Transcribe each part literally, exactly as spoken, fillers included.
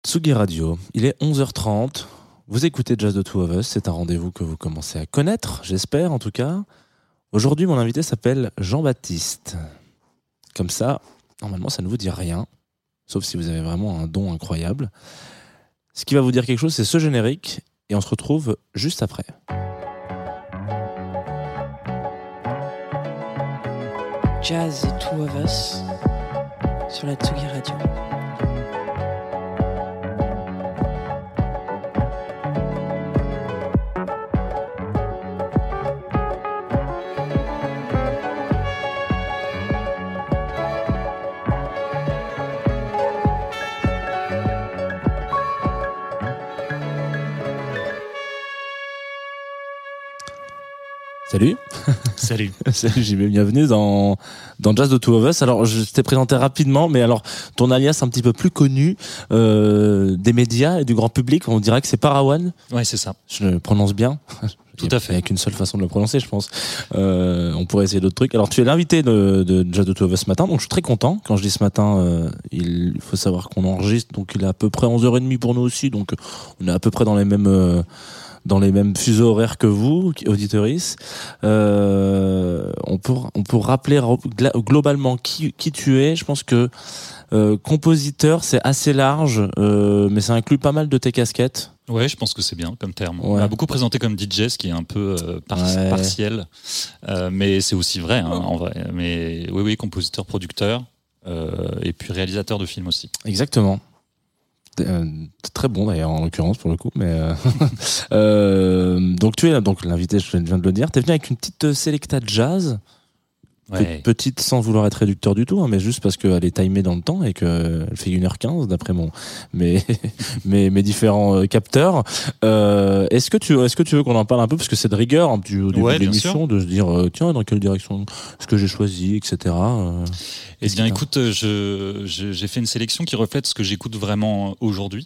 Tsugi Radio, il est onze heures trente, vous écoutez Jazz The Two of Us, c'est un rendez-vous que vous commencez à connaître, j'espère en tout cas. Aujourd'hui, mon invité s'appelle Jean-Baptiste. Comme ça, normalement ça ne vous dit rien, sauf si vous avez vraiment un don incroyable. Ce qui va vous dire quelque chose, c'est ce générique, et on se retrouve juste après. Jazz The Two of Us sur la Tsugi Radio. Salut. Salut. Salut, J B, bienvenue dans, dans Jazz The Two of Us. Alors, je t'ai présenté rapidement, mais alors, ton alias un petit peu plus connu euh, des médias et du grand public, on dirait que c'est Parawan. Ouais, c'est ça. Je le prononce bien. Tout à fait. Il n'y a qu'une seule façon de le prononcer, je pense. Euh, on pourrait essayer d'autres trucs. Alors, tu es l'invité de, de Jazz The Two of Us ce matin, donc je suis très content. Quand je dis ce matin, euh, il faut savoir qu'on enregistre, donc il est à peu près onze heures trente pour nous aussi, donc on est à peu près dans les mêmes... Euh, dans les mêmes fuseaux horaires que vous, auditeuristes. Euh, on peut, on peut rappeler globalement qui, qui tu es. Je pense que euh, compositeur, c'est assez large, euh, mais ça inclut pas mal de tes casquettes. Ouais, je pense que c'est bien comme terme. Ouais. On m'a beaucoup présenté comme D J, ce qui est un peu euh, par- ouais. partiel, euh, mais c'est aussi vrai, hein, en vrai. Mais oui, oui, compositeur, producteur, euh, et puis réalisateur de films aussi. Exactement. Euh, très bon d'ailleurs en l'occurrence pour le coup, mais euh, euh, donc tu es donc l'invité, je viens de le dire. T'es venu avec une petite Selecta Jazz. Ouais. Petite sans vouloir être réducteur du tout, hein, mais juste parce qu'elle est timée dans le temps et qu'elle fait une heure quinze d'après mon mes mes, mes différents euh, capteurs. Euh, est-ce que tu est-ce que tu veux qu'on en parle un peu, parce que c'est de rigueur, hein, du, au début Ouais, de l'émission, de se dire euh, tiens, dans quelle direction est-ce que j'ai choisi, et cetera. Euh, Eh bien, écoute, je, je, j'ai fait une sélection qui reflète ce que j'écoute vraiment aujourd'hui.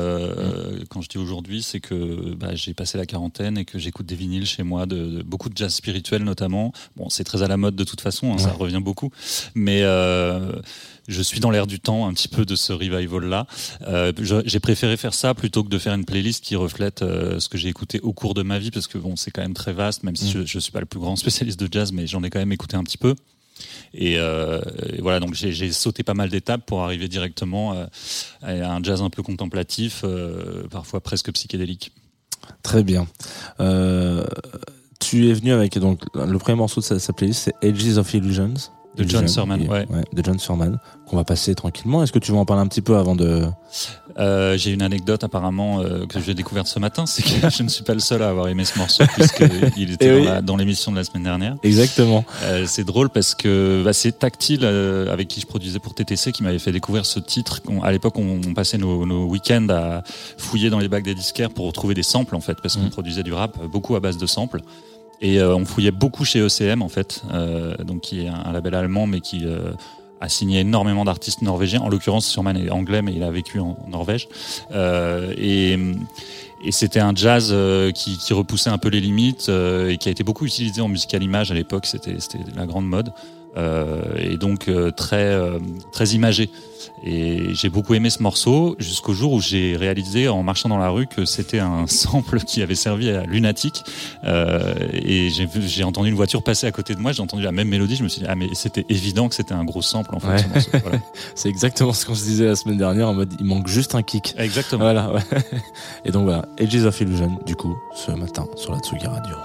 Euh, mmh. Quand je dis aujourd'hui, c'est que bah, j'ai passé la quarantaine et que j'écoute des vinyles chez moi, de, de beaucoup de jazz spirituel notamment. Bon, c'est très à la mode de toute façon, hein, ouais. Ça revient beaucoup. Mais euh, je suis dans l'air du temps un petit peu de ce revival-là. Euh, je, j'ai préféré faire ça plutôt que de faire une playlist qui reflète euh, ce que j'ai écouté au cours de ma vie, parce que bon, c'est quand même très vaste, même si mmh. je, je suis pas le plus grand spécialiste de jazz, mais j'en ai quand même écouté un petit peu. Et, euh, et voilà, donc j'ai, j'ai sauté pas mal d'étapes pour arriver directement euh, à un jazz un peu contemplatif, euh, parfois presque psychédélique. Très bien. Euh, tu es venu avec donc le premier morceau de sa, sa playlist, c'est Ages of Illusions. De John Surman, et, ouais. ouais. De John Surman, qu'on va passer tranquillement. Est-ce que tu veux en parler un petit peu avant de... Euh, j'ai une anecdote apparemment euh, que j'ai découverte ce matin, c'est que je ne suis pas le seul à avoir aimé ce morceau, puisqu'il était dans, oui. la, dans l'émission de la semaine dernière. Exactement. Euh, c'est drôle parce que bah, c'est Tactile, euh, avec qui je produisais pour T T C, qui m'avait fait découvrir ce titre. On, à l'époque, on, on passait nos, nos week-ends à fouiller dans les bacs des disquaires pour retrouver des samples, en fait, parce mmh. qu'on produisait du rap beaucoup à base de samples. Et euh, on fouillait beaucoup chez E C M en fait, euh, donc qui est un, un label allemand mais qui euh, a signé énormément d'artistes norvégiens. En l'occurrence, Surman est anglais mais il a vécu en, en Norvège. Euh, et, et c'était un jazz euh, qui, qui repoussait un peu les limites euh, et qui a été beaucoup utilisé en musique à l'image à l'époque. C'était, c'était la grande mode. Euh, et donc euh, très euh, très imagé. Et j'ai beaucoup aimé ce morceau jusqu'au jour où j'ai réalisé en marchant dans la rue que c'était un sample qui avait servi à Lunatic. Euh, et j'ai vu, j'ai entendu une voiture passer à côté de moi, j'ai entendu la même mélodie, je me suis dit ah mais c'était évident que c'était un gros sample en fait. Ouais. Ce morceau, voilà. C'est exactement ce qu'on se disait la semaine dernière en mode il manque juste un kick. Exactement. Voilà. Ouais. Et donc voilà, Ages of Illusion du coup ce matin sur la Tsugi Radio.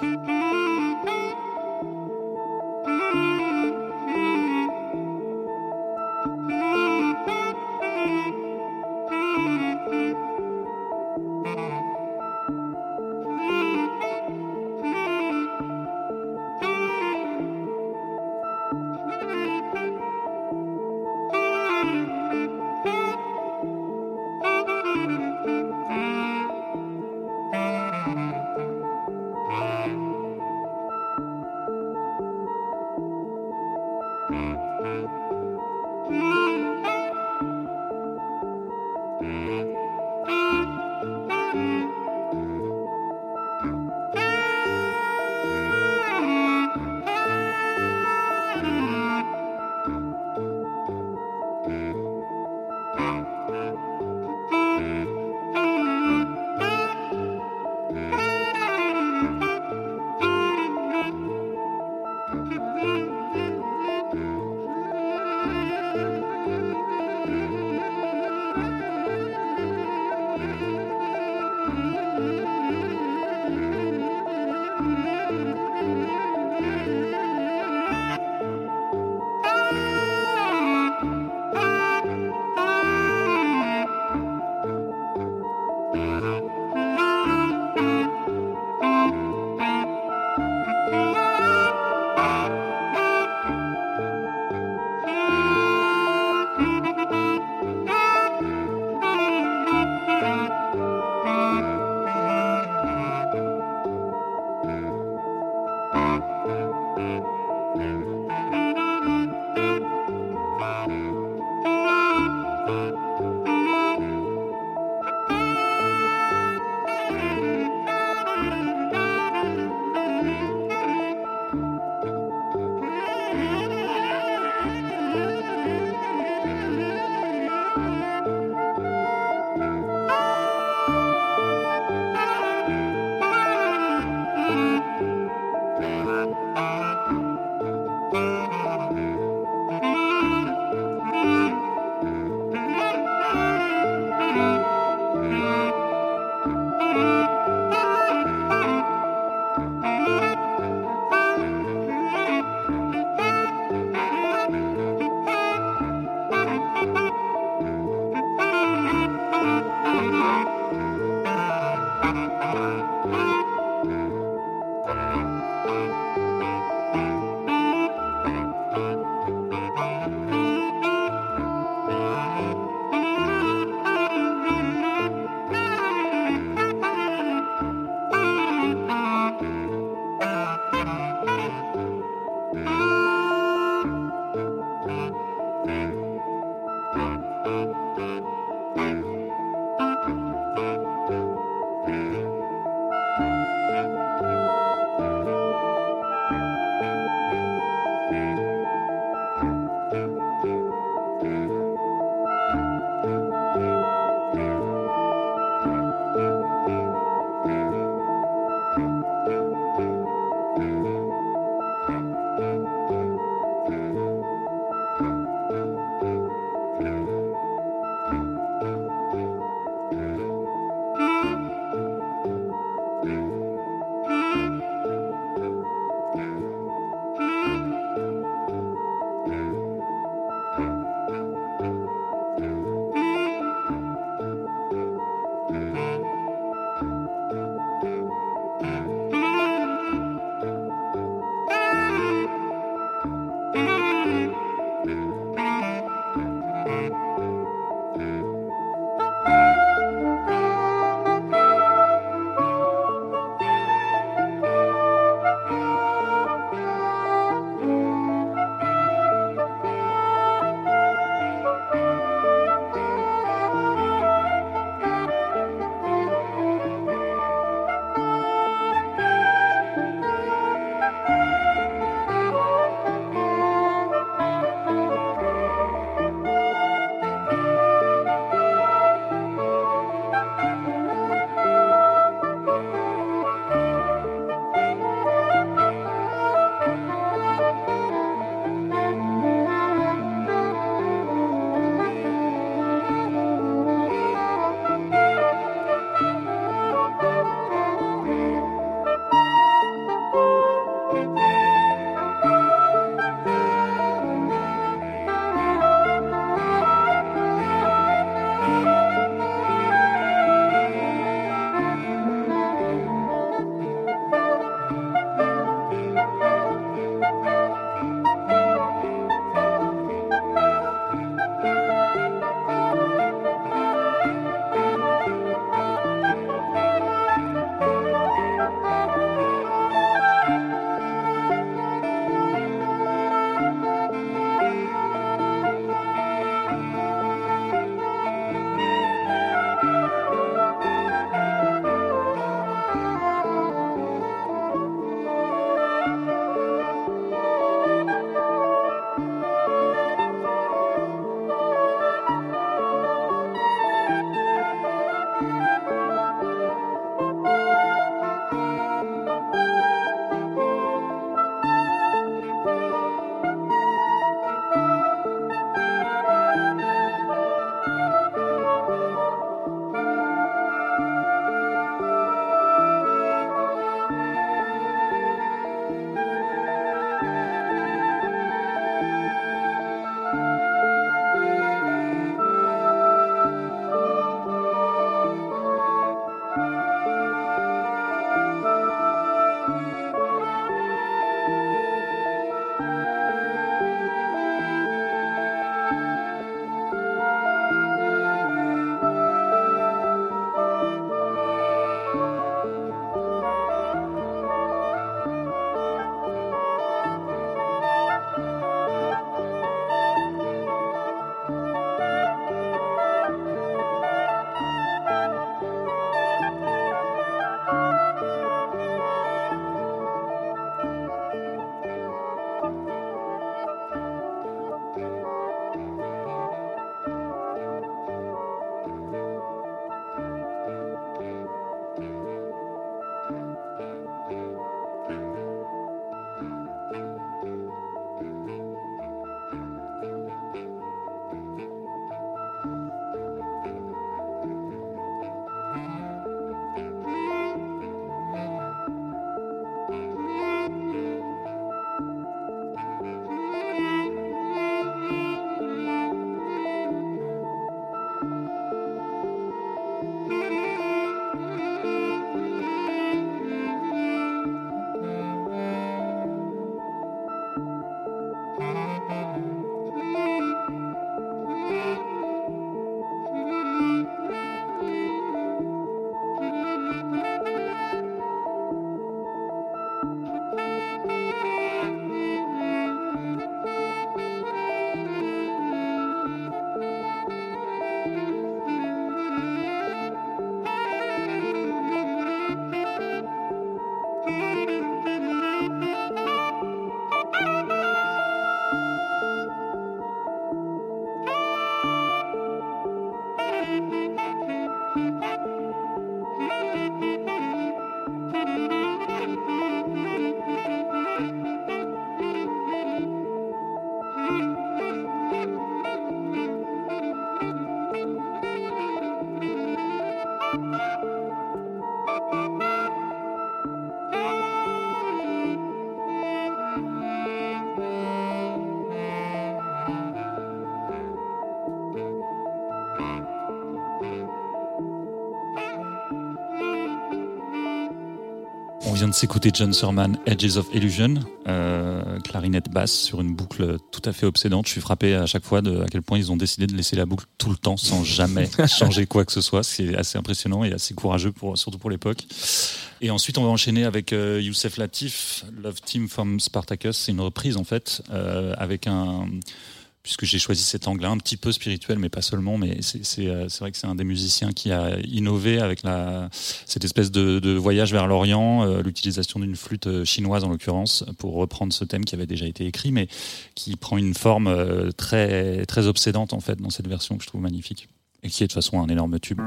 On vient de s'écouter John Surman, Edges of Illusion, euh, clarinette basse sur une boucle tout à fait obsédante. Je suis frappé à chaque fois de à quel point ils ont décidé de laisser la boucle tout le temps sans jamais changer quoi que ce soit. C'est assez impressionnant et assez courageux, pour, surtout pour l'époque. Et ensuite, on va enchaîner avec euh, Youssef Latif, Love Team from Spartacus. C'est une reprise en fait, euh, avec un... puisque j'ai choisi cet angle-là, un petit peu spirituel, mais pas seulement, mais c'est, c'est, c'est vrai que c'est un des musiciens qui a innové avec la, cette espèce de, de voyage vers l'Orient, euh, l'utilisation d'une flûte chinoise en l'occurrence, pour reprendre ce thème qui avait déjà été écrit, mais qui prend une forme euh, très, très obsédante en fait dans cette version que je trouve magnifique, et qui est de toute façon un énorme tube.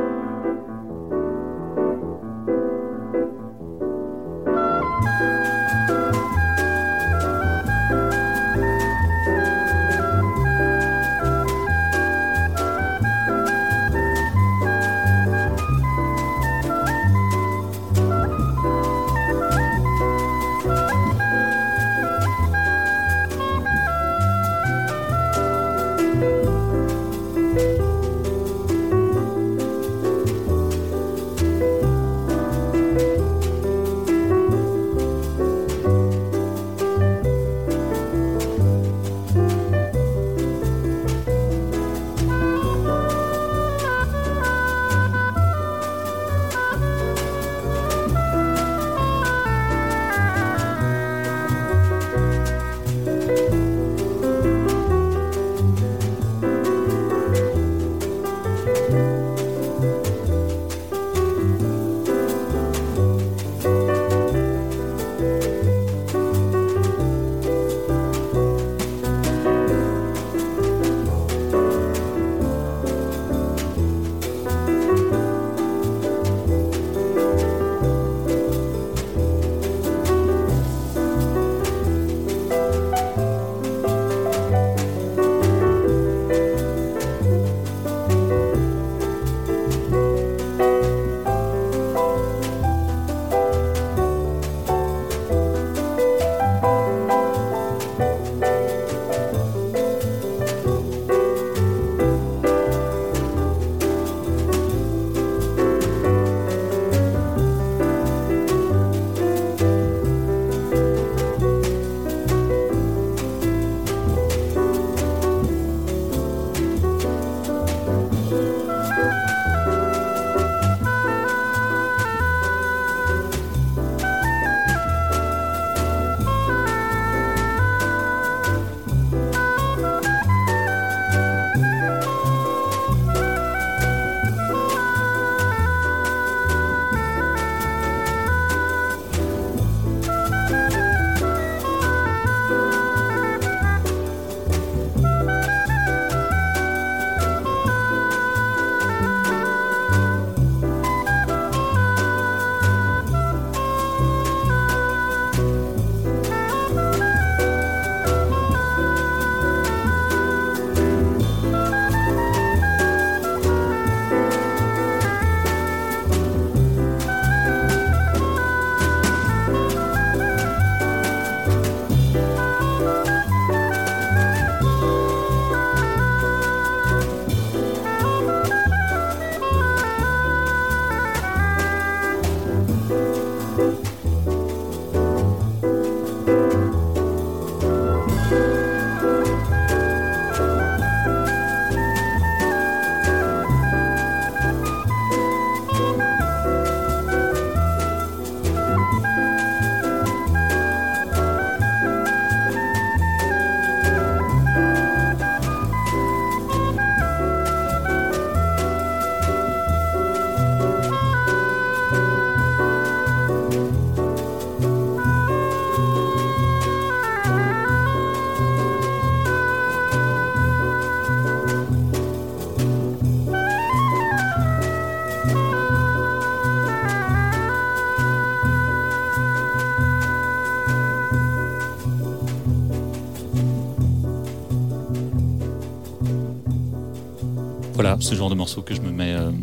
Voilà, ce genre de morceau que je me mets euh,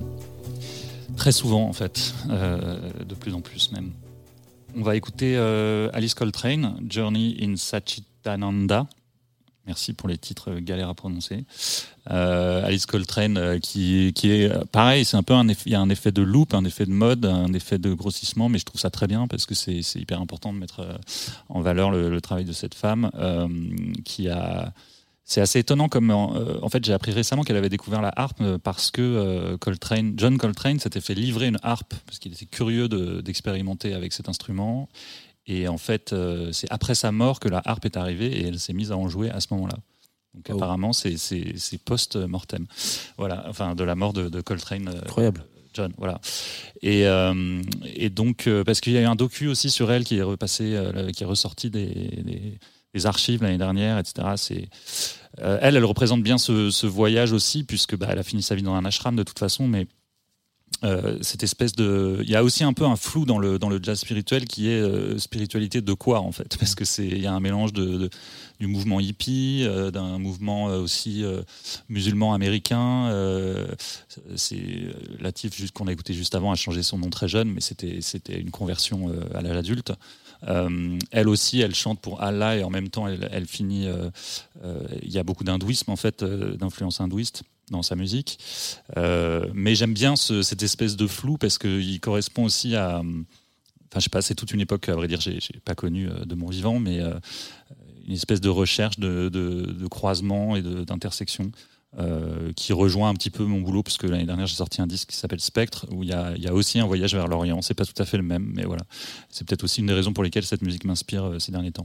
très souvent en fait, euh, de plus en plus même. On va écouter euh, Alice Coltrane, Journey in Satchitananda, Merci pour les titres galères à prononcer. Euh, Alice Coltrane, euh, qui, qui est euh, pareil, c'est un peu un effet, il y a un effet de loop, un effet de mode, un effet de grossissement, mais je trouve ça très bien parce que c'est, c'est hyper important de mettre euh, en valeur le, le travail de cette femme euh, qui a. C'est assez étonnant comme euh, en fait j'ai appris récemment qu'elle avait découvert la harpe parce que euh, Coltrane, John Coltrane s'était fait livrer une harpe parce qu'il était curieux de, d'expérimenter avec cet instrument. Et en fait, euh, c'est après sa mort que la harpe est arrivée et elle s'est mise à en jouer à ce moment-là. Donc oh. apparemment, c'est, c'est, c'est post-mortem. Voilà, enfin de la mort de, de Coltrane. Euh, Incroyable. John, voilà. Et, euh, et donc, euh, parce qu'il y a eu un docu aussi sur elle qui est repassé, euh, qui est ressorti des, des, des archives l'année dernière, et cetera. C'est, euh, elle, elle représente bien ce, ce voyage aussi, puisque bah, elle a fini sa vie dans un ashram de toute façon, mais Euh, cette espèce de, il y a aussi un peu un flou dans le dans le jazz spirituel qui est euh, spiritualité de quoi en fait, parce que c'est il y a un mélange de, de du mouvement hippie, euh, d'un mouvement aussi euh, musulman américain. Euh, c'est Latif, juste qu'on a écouté juste avant, a changé son nom très jeune, mais c'était c'était une conversion euh, à l'âge adulte. Euh, elle aussi, elle chante pour Allah et en même temps, elle, elle finit. Il euh, euh, y a beaucoup d'hindouisme en fait, euh, d'influence hindouiste dans sa musique, euh, mais j'aime bien ce, cette espèce de flou parce qu'il correspond aussi à, enfin je sais pas, c'est toute une époque à vrai dire j'ai, j'ai pas connu euh, de mon vivant, mais euh, une espèce de recherche de, de, de croisement et de, d'intersection euh, qui rejoint un petit peu mon boulot parce que l'année dernière j'ai sorti un disque qui s'appelle Spectre où il y a, il y a aussi un voyage vers l'Orient. C'est pas tout à fait le même, mais voilà, c'est peut-être aussi une des raisons pour lesquelles cette musique m'inspire euh, ces derniers temps.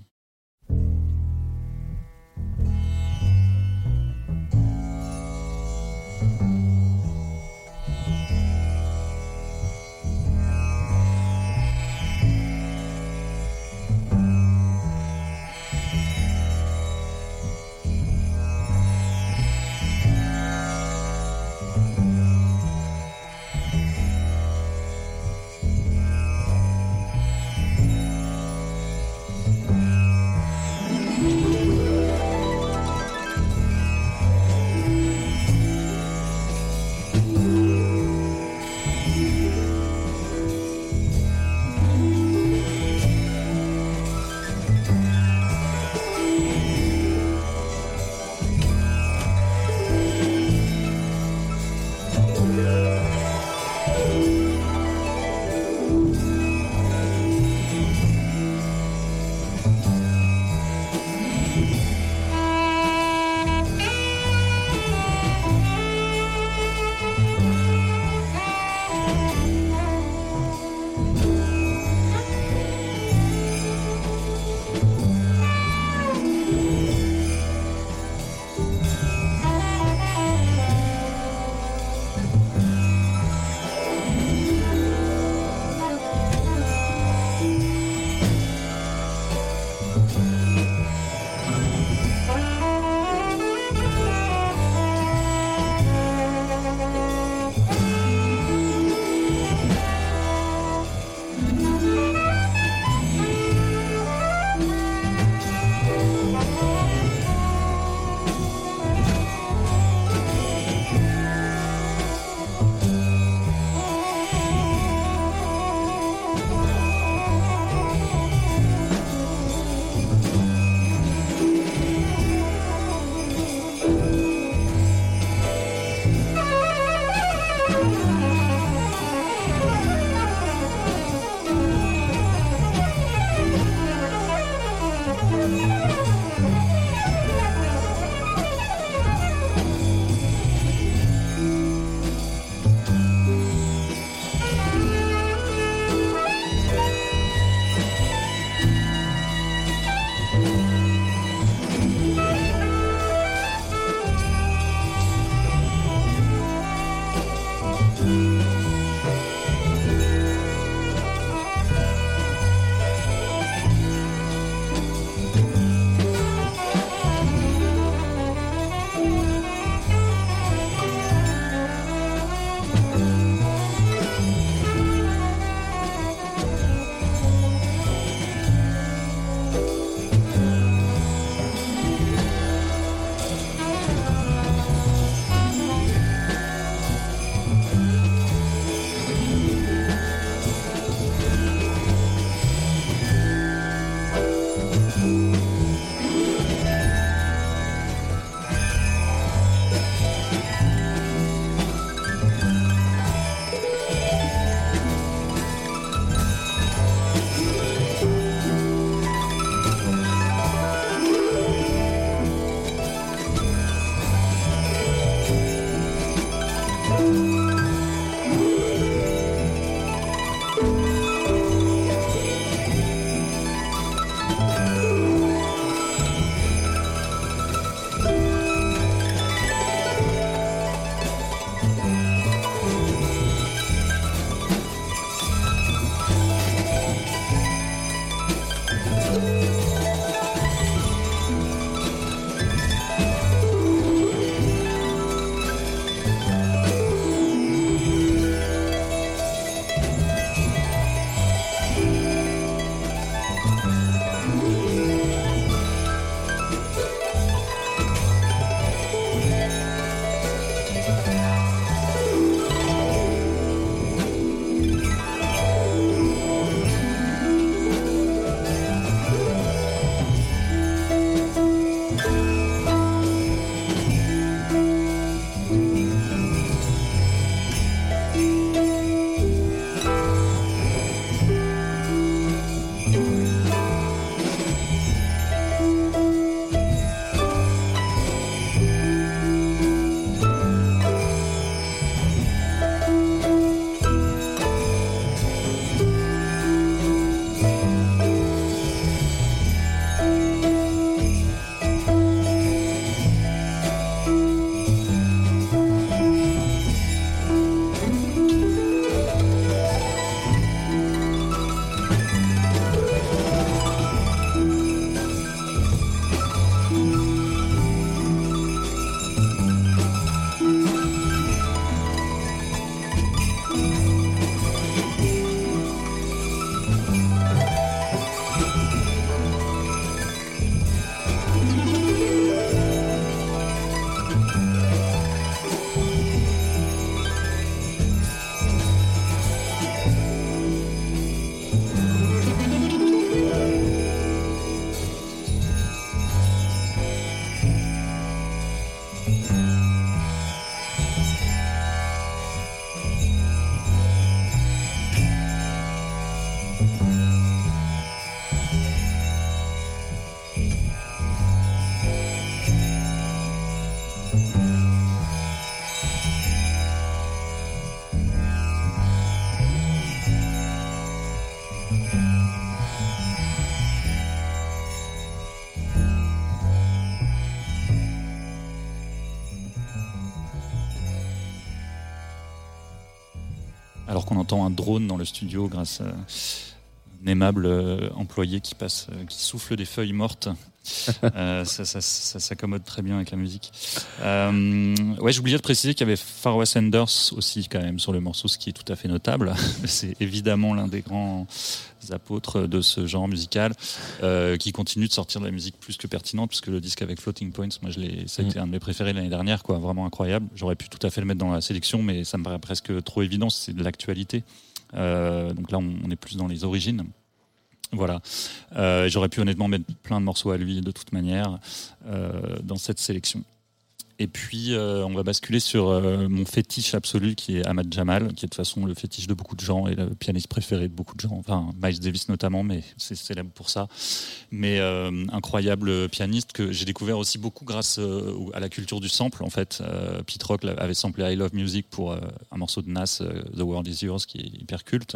qu'on entend un drone dans le studio grâce à un aimable euh, employé qui passe, euh, qui souffle des feuilles mortes. euh, ça, ça, ça s'accommode très bien avec la musique. Euh, ouais, j'oubliais de préciser qu'il y avait Far West Anders aussi quand même sur le morceau, ce qui est tout à fait notable. C'est évidemment l'un des grands apôtres de ce genre musical, euh, qui continue de sortir de la musique plus que pertinente, puisque le disque avec Floating Points, moi, je l'ai, ça a été un de mes préférés l'année dernière, quoi, vraiment incroyable. J'aurais pu tout à fait le mettre dans la sélection, mais ça me paraît presque trop évident, c'est de l'actualité. Euh, donc là, on, on est plus dans les origines. Voilà. Euh, j'aurais pu honnêtement mettre plein de morceaux à lui de toute manière euh, dans cette sélection. Et puis euh, on va basculer sur euh, mon fétiche absolu qui est Ahmad Jamal, qui est de toute façon le fétiche de beaucoup de gens et le pianiste préféré de beaucoup de gens. Enfin Miles Davis notamment, mais c'est célèbre pour ça. Mais euh, incroyable pianiste que j'ai découvert aussi beaucoup grâce euh, à la culture du sample en fait. Euh, Pete Rock avait samplé I Love Music pour euh, un morceau de Nas, euh, The World Is Yours, qui est hyper culte.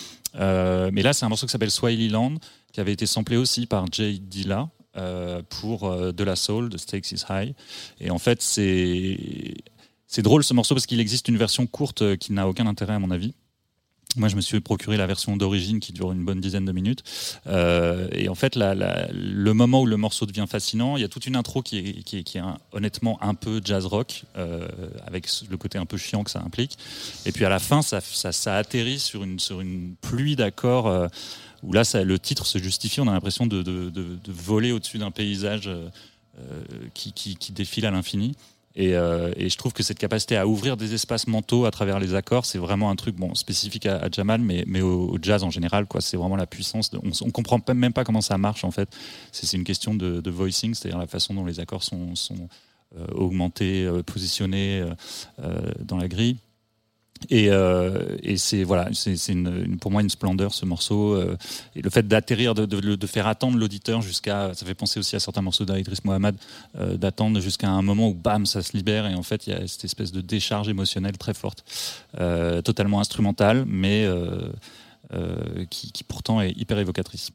Euh, mais là, c'est un morceau qui s'appelle Swahili Land, qui avait été samplé aussi par Jay Dilla euh, pour euh, De La Soul, de Stakes Is High. Et en fait, c'est c'est drôle ce morceau parce qu'il existe une version courte euh, qui n'a aucun intérêt à mon avis. Moi, je me suis procuré la version d'origine qui dure une bonne dizaine de minutes. Euh, et en fait, la, la, le moment où le morceau devient fascinant, il y a toute une intro qui est, qui est, qui est un, honnêtement un peu jazz rock, euh, avec le côté un peu chiant que ça implique. Et puis à la fin, ça, ça, ça atterrit sur une, sur une pluie d'accords euh, où là, ça, le titre se justifie. On a l'impression de, de, de, de voler au-dessus d'un paysage euh, qui, qui, qui défile à l'infini. Et, euh, et je trouve que cette capacité à ouvrir des espaces mentaux à travers les accords, c'est vraiment un truc bon spécifique à, à Jamal, mais, mais au, au jazz en général, quoi. C'est vraiment la puissance. De, on, on comprend même pas comment ça marche en fait. C'est, c'est une question de, de voicing, c'est-à-dire la façon dont les accords sont, sont euh, augmentés, euh, positionnés euh, dans la grille. Et, euh, et c'est voilà, c'est, c'est une, une, pour moi une splendeur ce morceau. Euh, et le fait d'atterrir, de, de, de faire attendre l'auditeur jusqu'à, ça fait penser aussi à certains morceaux d'Idriss Mohamed, euh, d'attendre jusqu'à un moment où bam, ça se libère et en fait il y a cette espèce de décharge émotionnelle très forte, euh, totalement instrumentale, mais euh, euh, qui, qui pourtant est hyper évocatrice.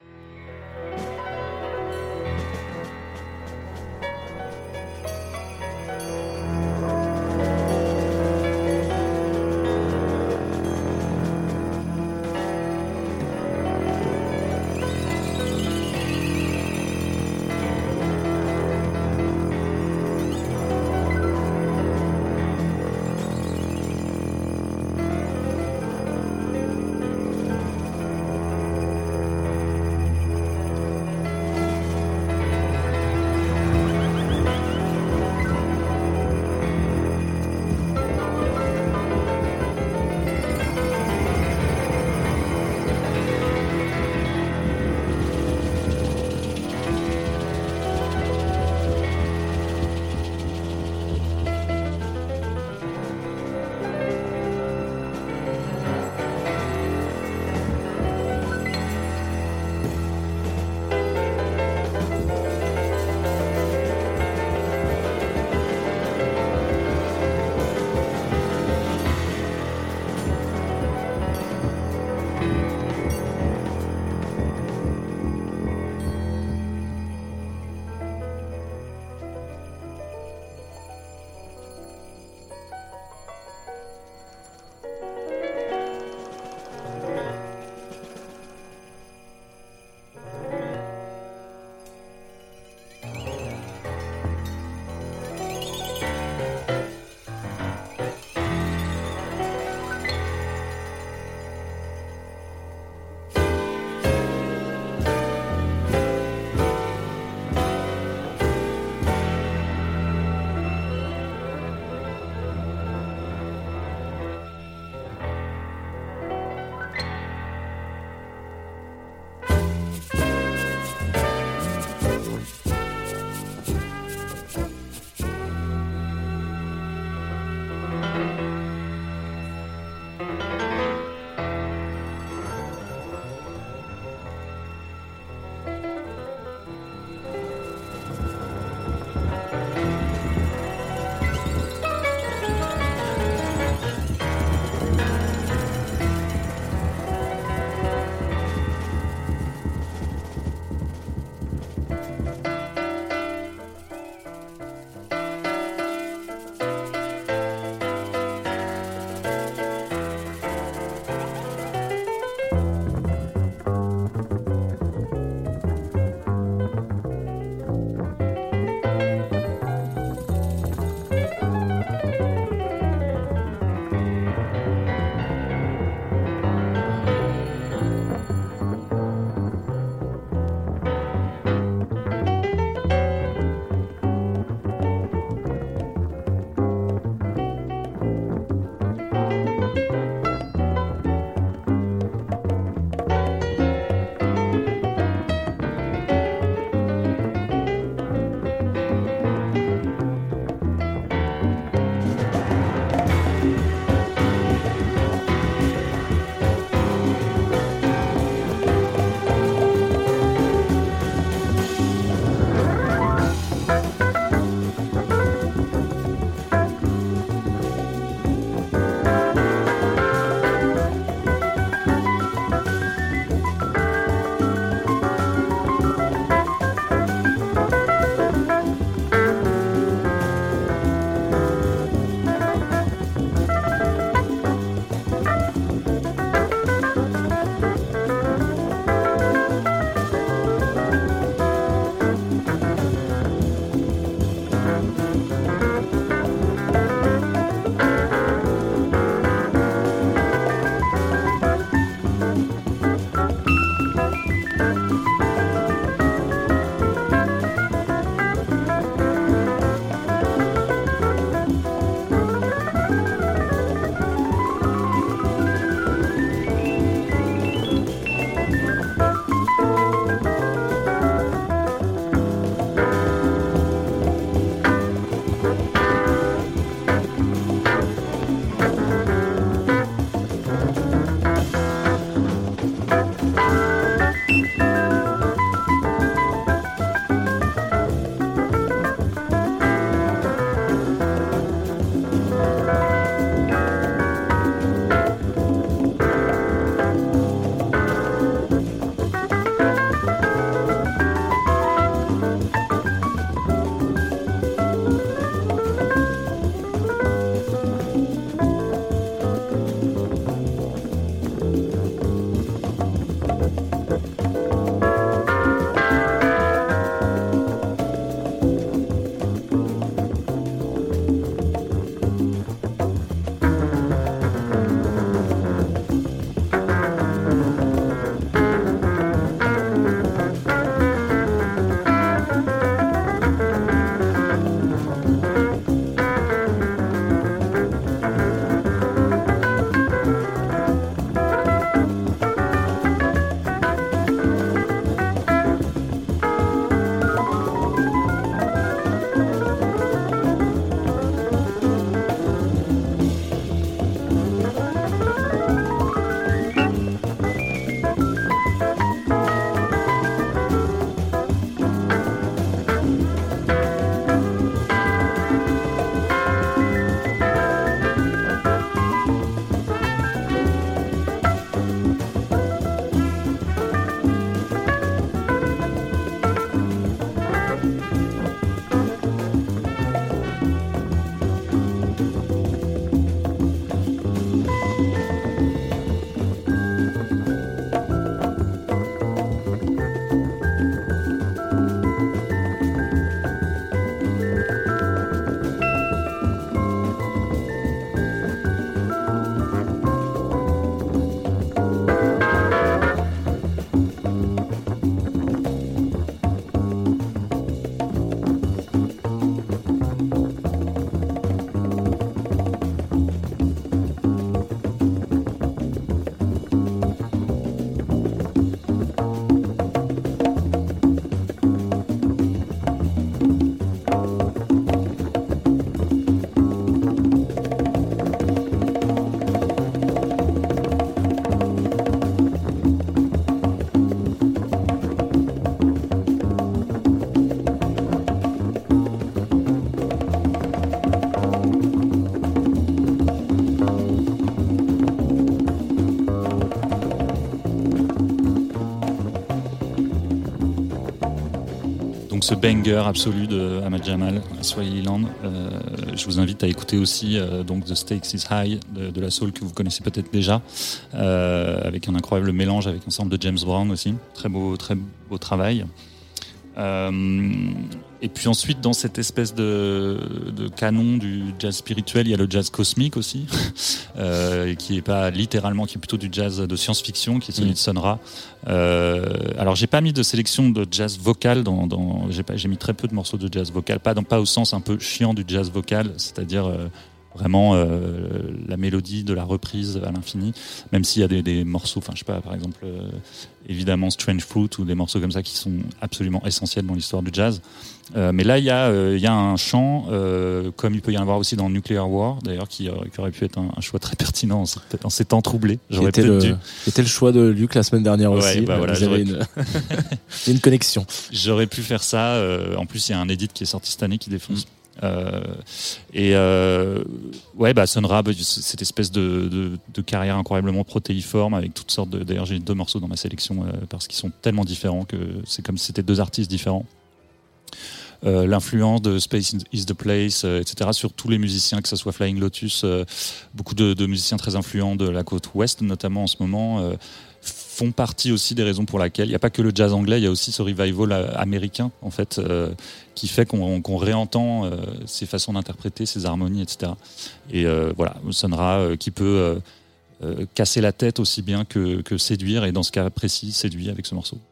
donc ce banger absolu de Ahmad Jamal, Swahililand. Euh, je vous invite à écouter aussi euh, donc The Stakes is High de, de la soul que vous connaissez peut-être déjà, euh, avec un incroyable mélange avec un sample de James Brown aussi. Très beau, très beau travail. Euh, et puis ensuite, dans cette espèce de, de canon du jazz spirituel, il y a le jazz cosmique aussi, euh, qui est pas littéralement, qui est plutôt du jazz de science-fiction, qui est celui de Sun Ra. Euh, alors, j'ai pas mis de sélection de jazz vocal dans, dans j'ai pas, j'ai mis très peu de morceaux de jazz vocal, pas dans, pas au sens un peu chiant du jazz vocal, c'est-à-dire euh, vraiment euh, la mélodie de la reprise à l'infini, même s'il y a des, des morceaux, enfin je sais pas, par exemple euh, évidemment Strange Fruit ou des morceaux comme ça qui sont absolument essentiels dans l'histoire du jazz. Euh, mais là il y a euh, il y a un chant euh, comme il peut y en avoir aussi dans Nuclear War d'ailleurs qui, euh, qui aurait pu être un, un choix très pertinent en, cette, en ces temps troublés. J'aurais C'était peut-être le, dû. C'était le choix de Luc la semaine dernière Ouais, aussi. bah voilà, Vous avez une, une connexion. J'aurais pu faire ça. Euh, en plus il y a un edit qui est sorti cette année qui défonce. Mm. Euh, et euh, ouais, bah Sun Ra, cette espèce de, de, de carrière incroyablement protéiforme avec toutes sortes de. D'ailleurs, j'ai deux morceaux dans ma sélection euh, parce qu'ils sont tellement différents que c'est comme si c'était deux artistes différents. Euh, l'influence de Space is the Place, euh, et cetera sur tous les musiciens, que ce soit Flying Lotus, euh, beaucoup de, de musiciens très influents de la côte ouest, notamment en ce moment. Euh, font partie aussi des raisons pour lesquelles il n'y a pas que le jazz anglais, il y a aussi ce revival américain en fait euh, qui fait qu'on, qu'on réentend euh, ces façons d'interpréter, ces harmonies, et cetera. Et euh, voilà, Sun Ra euh, qui peut euh, euh, casser la tête aussi bien que, que séduire, et dans ce cas précis, séduit avec ce morceau.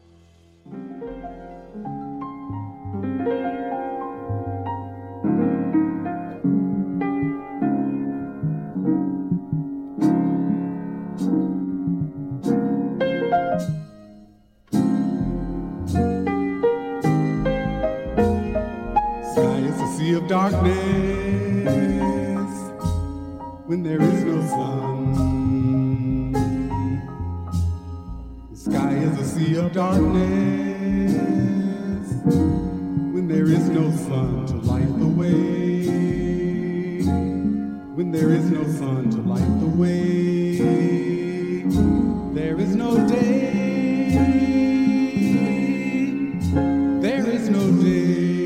Of darkness when there is no sun. The sky is a sea of darkness when there is no sun to light the way. When there is no sun to light the way, there is no day. There is no day.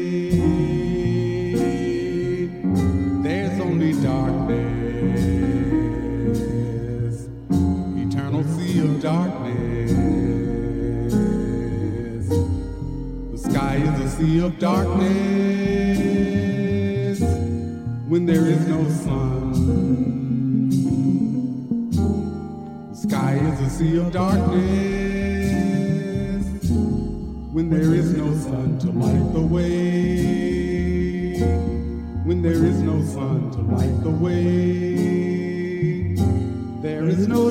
Darkness, eternal sea of darkness. The sky is a sea of darkness when there is no sun. The sky is a sea of darkness when there is no sun to light the way. When there is no sun to light the way, there is no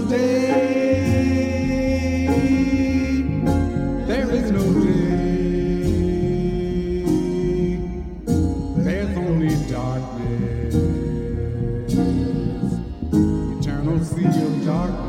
day, there is no day, there's only darkness, eternal sea of darkness.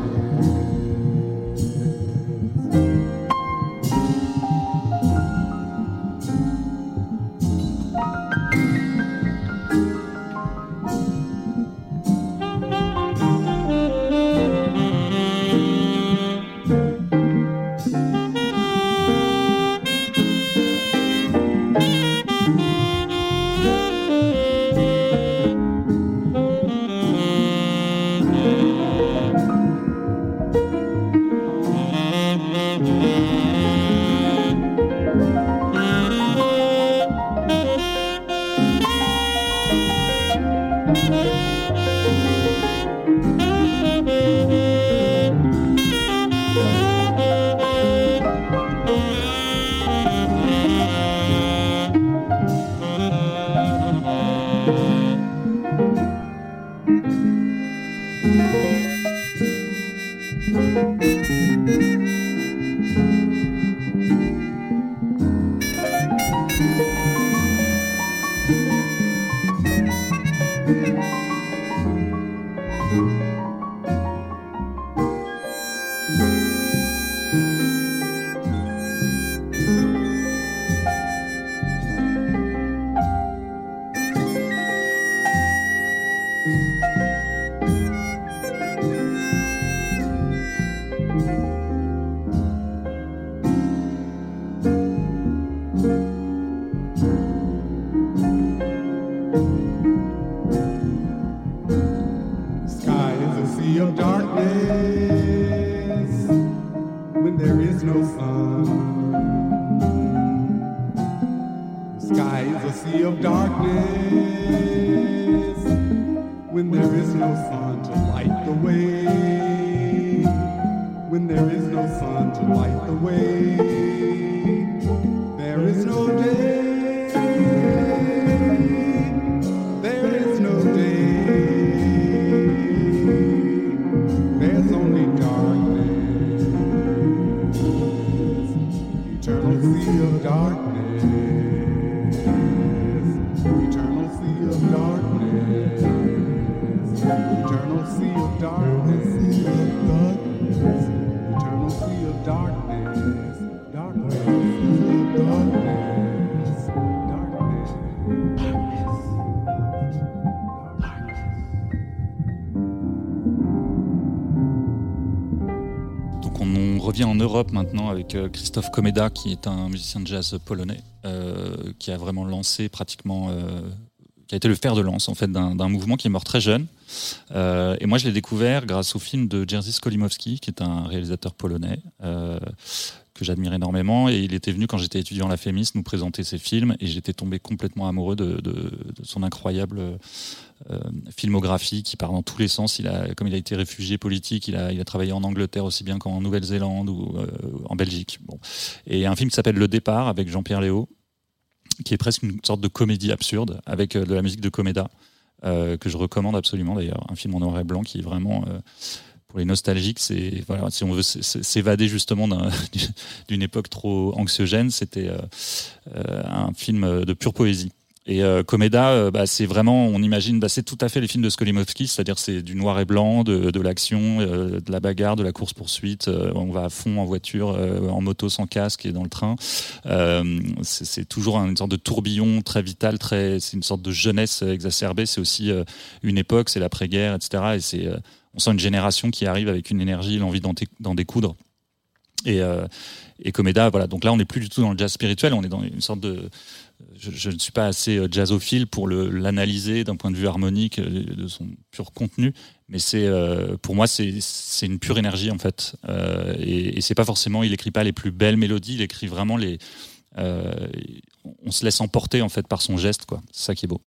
donc on, on revient en Europe maintenant avec euh, Christophe Komeda, qui est un musicien de jazz polonais, euh, qui a vraiment lancé pratiquement, euh, qui a été le fer de lance en fait d'un, d'un mouvement qui est mort très jeune. Euh, et moi, je l'ai découvert grâce au film de Jerzy Skolimowski, qui est un réalisateur polonais euh, que j'admire énormément. Et il était venu quand j'étais étudiant à la Fémis nous présenter ses films, et j'étais tombé complètement amoureux de, de, de son incroyable euh, filmographie qui part dans tous les sens. Il a, comme il a été réfugié politique, il a, il a travaillé en Angleterre aussi bien qu'en Nouvelle-Zélande ou euh, en Belgique. Bon. Et il y a un film qui s'appelle Le Départ avec Jean-Pierre Léaud, qui est presque une sorte de comédie absurde avec de la musique de Komeda, euh, que je recommande absolument d'ailleurs. Un film en noir et blanc qui est vraiment, euh, pour les nostalgiques, c'est, voilà, si on veut s'évader justement d'un, d'une époque trop anxiogène, c'était euh, euh, un film de pure poésie. Et euh, Komeda, euh, bah, c'est vraiment, on imagine, bah, c'est tout à fait les films de Skolimowski, c'est-à-dire c'est du noir et blanc, de, de l'action, euh, de la bagarre, de la course-poursuite, euh, on va à fond en voiture, euh, en moto sans casque et dans le train. Euh, c'est, c'est toujours une sorte de tourbillon très vital, très, c'est une sorte de jeunesse exacerbée, c'est aussi euh, une époque, c'est l'après-guerre, et cetera. Et c'est, euh, on sent une génération qui arrive avec une énergie, l'envie d'en, dé- d'en découdre. Et, euh, et Komeda, voilà, donc là on n'est plus du tout dans le jazz spirituel, on est dans une sorte de... Je, je ne suis pas assez jazzophile pour le, l'analyser d'un point de vue harmonique de son pur contenu, mais c'est euh, pour moi c'est, c'est une pure énergie en fait, euh, et, et c'est pas forcément, il écrit pas les plus belles mélodies, il écrit vraiment les, euh, on se laisse emporter en fait par son geste, quoi. C'est ça qui est beau.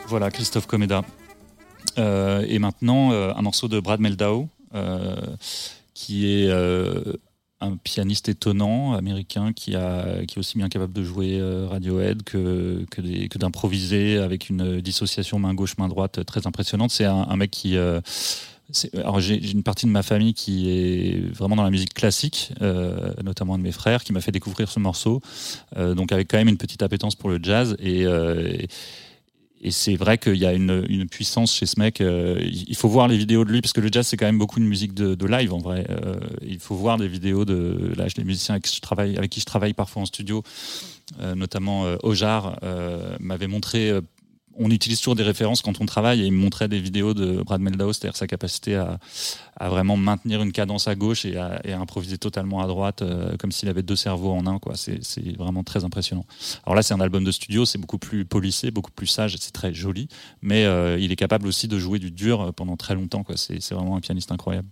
Voilà, Christophe Komeda. Euh, et maintenant, euh, un morceau de Brad Meldau, euh, qui est euh, un pianiste étonnant, américain, qui, a, qui est aussi bien capable de jouer euh, Radiohead que, que, des, que d'improviser avec une dissociation main gauche, main droite très impressionnante. C'est un, un mec qui... Euh, c'est, alors j'ai, j'ai une partie de ma famille qui est vraiment dans la musique classique, euh, notamment un de mes frères, qui m'a fait découvrir ce morceau, euh, donc avec quand même une petite appétence pour le jazz. Et... Euh, et Et c'est vrai qu'il y a une, une puissance chez ce mec. Euh, il faut voir les vidéos de lui, parce que le jazz, c'est quand même beaucoup une musique de, de live, en vrai. Euh, il faut voir des vidéos de là, des musiciens avec qui je travaille, avec qui je travaille parfois en studio, euh, notamment euh, Ojar, euh, m'avait montré... Euh, on utilise toujours des références quand on travaille, et il me montrait des vidéos de Brad Meldau, c'est-à-dire sa capacité à, à vraiment maintenir une cadence à gauche et à, et à improviser totalement à droite, euh, comme s'il avait deux cerveaux en un, quoi. C'est, c'est vraiment très impressionnant. Alors là, c'est un album de studio, c'est beaucoup plus polissé, beaucoup plus sage, c'est très joli, mais euh, il est capable aussi de jouer du dur pendant très longtemps, quoi. C'est, c'est vraiment un pianiste incroyable.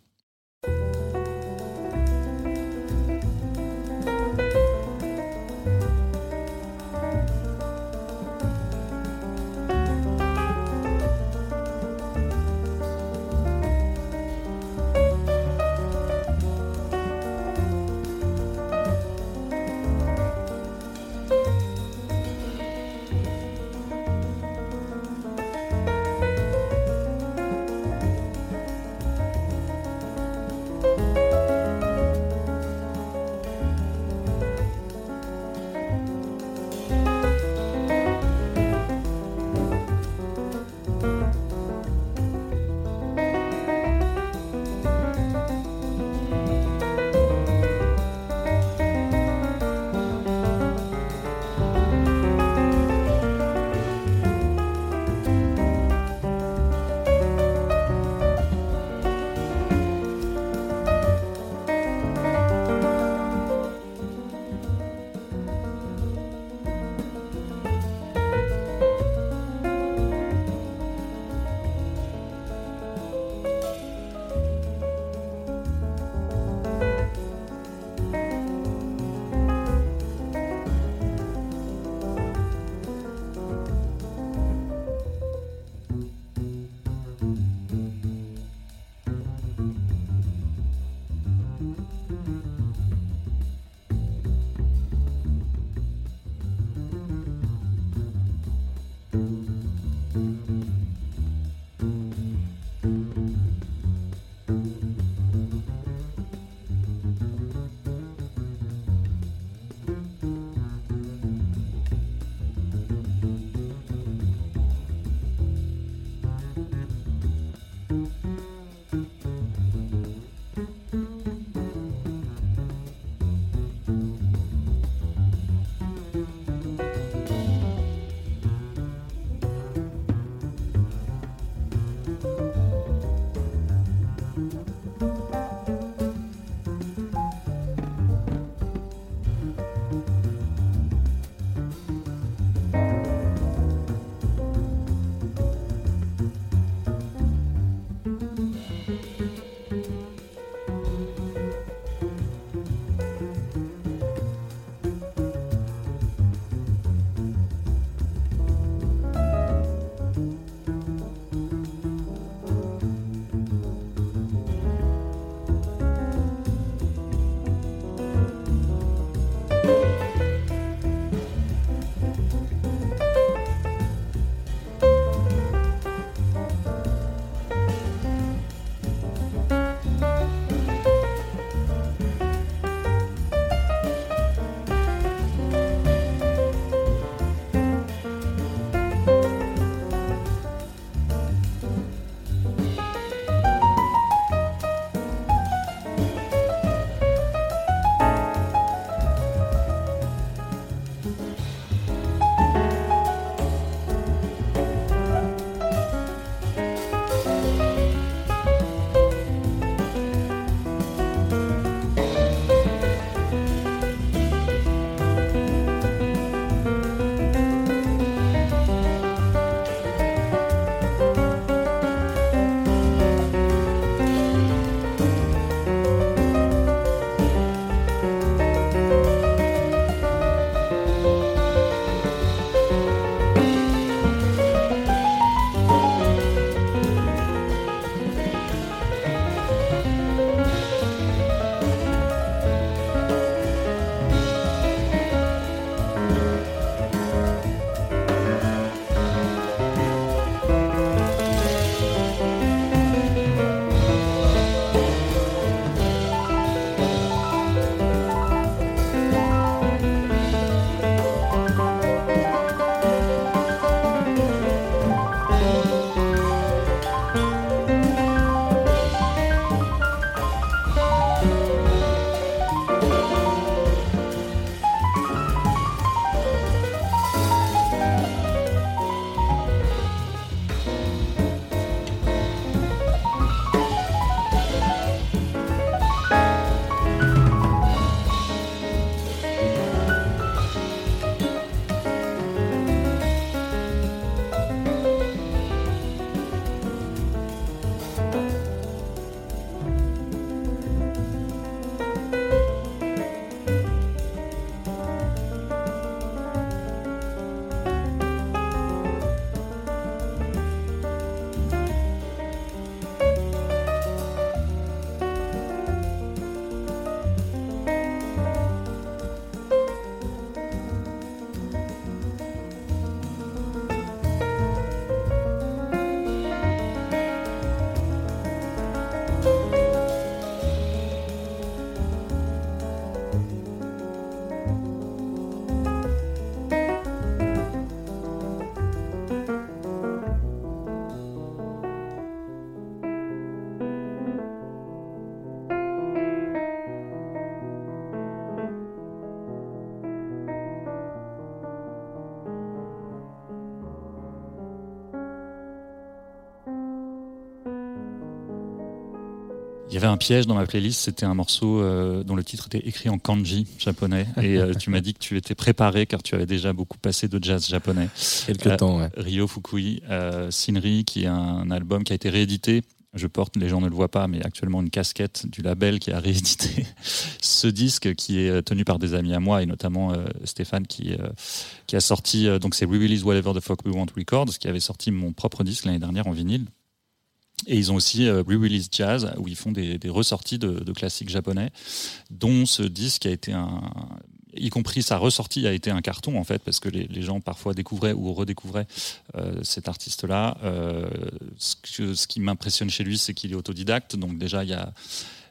Il y avait un piège dans ma playlist, c'était un morceau euh, dont le titre était écrit en kanji japonais. Et euh, tu m'as dit que tu étais préparé car tu avais déjà beaucoup passé de jazz japonais. Quelques euh, temps, ouais. Ryo Fukui, euh, Shinri, qui est un album qui a été réédité. Je porte, les gens ne le voient pas, mais actuellement une casquette du label qui a réédité ce disque qui est tenu par des amis à moi et notamment euh, Stéphane qui, euh, qui a sorti, euh, donc c'est Re-Release Whatever the Fuck We Want Records, qui avait sorti mon propre disque l'année dernière en vinyle. Et ils ont aussi euh, Re-Release Jazz, où ils font des, des ressorties de, de classiques japonais, dont ce disque a été un, y compris sa ressortie a été un carton en fait, parce que les, les gens parfois découvraient ou redécouvraient euh, cet artiste-là. Euh, ce, que, ce qui m'impressionne chez lui, c'est qu'il est autodidacte, donc déjà il y a,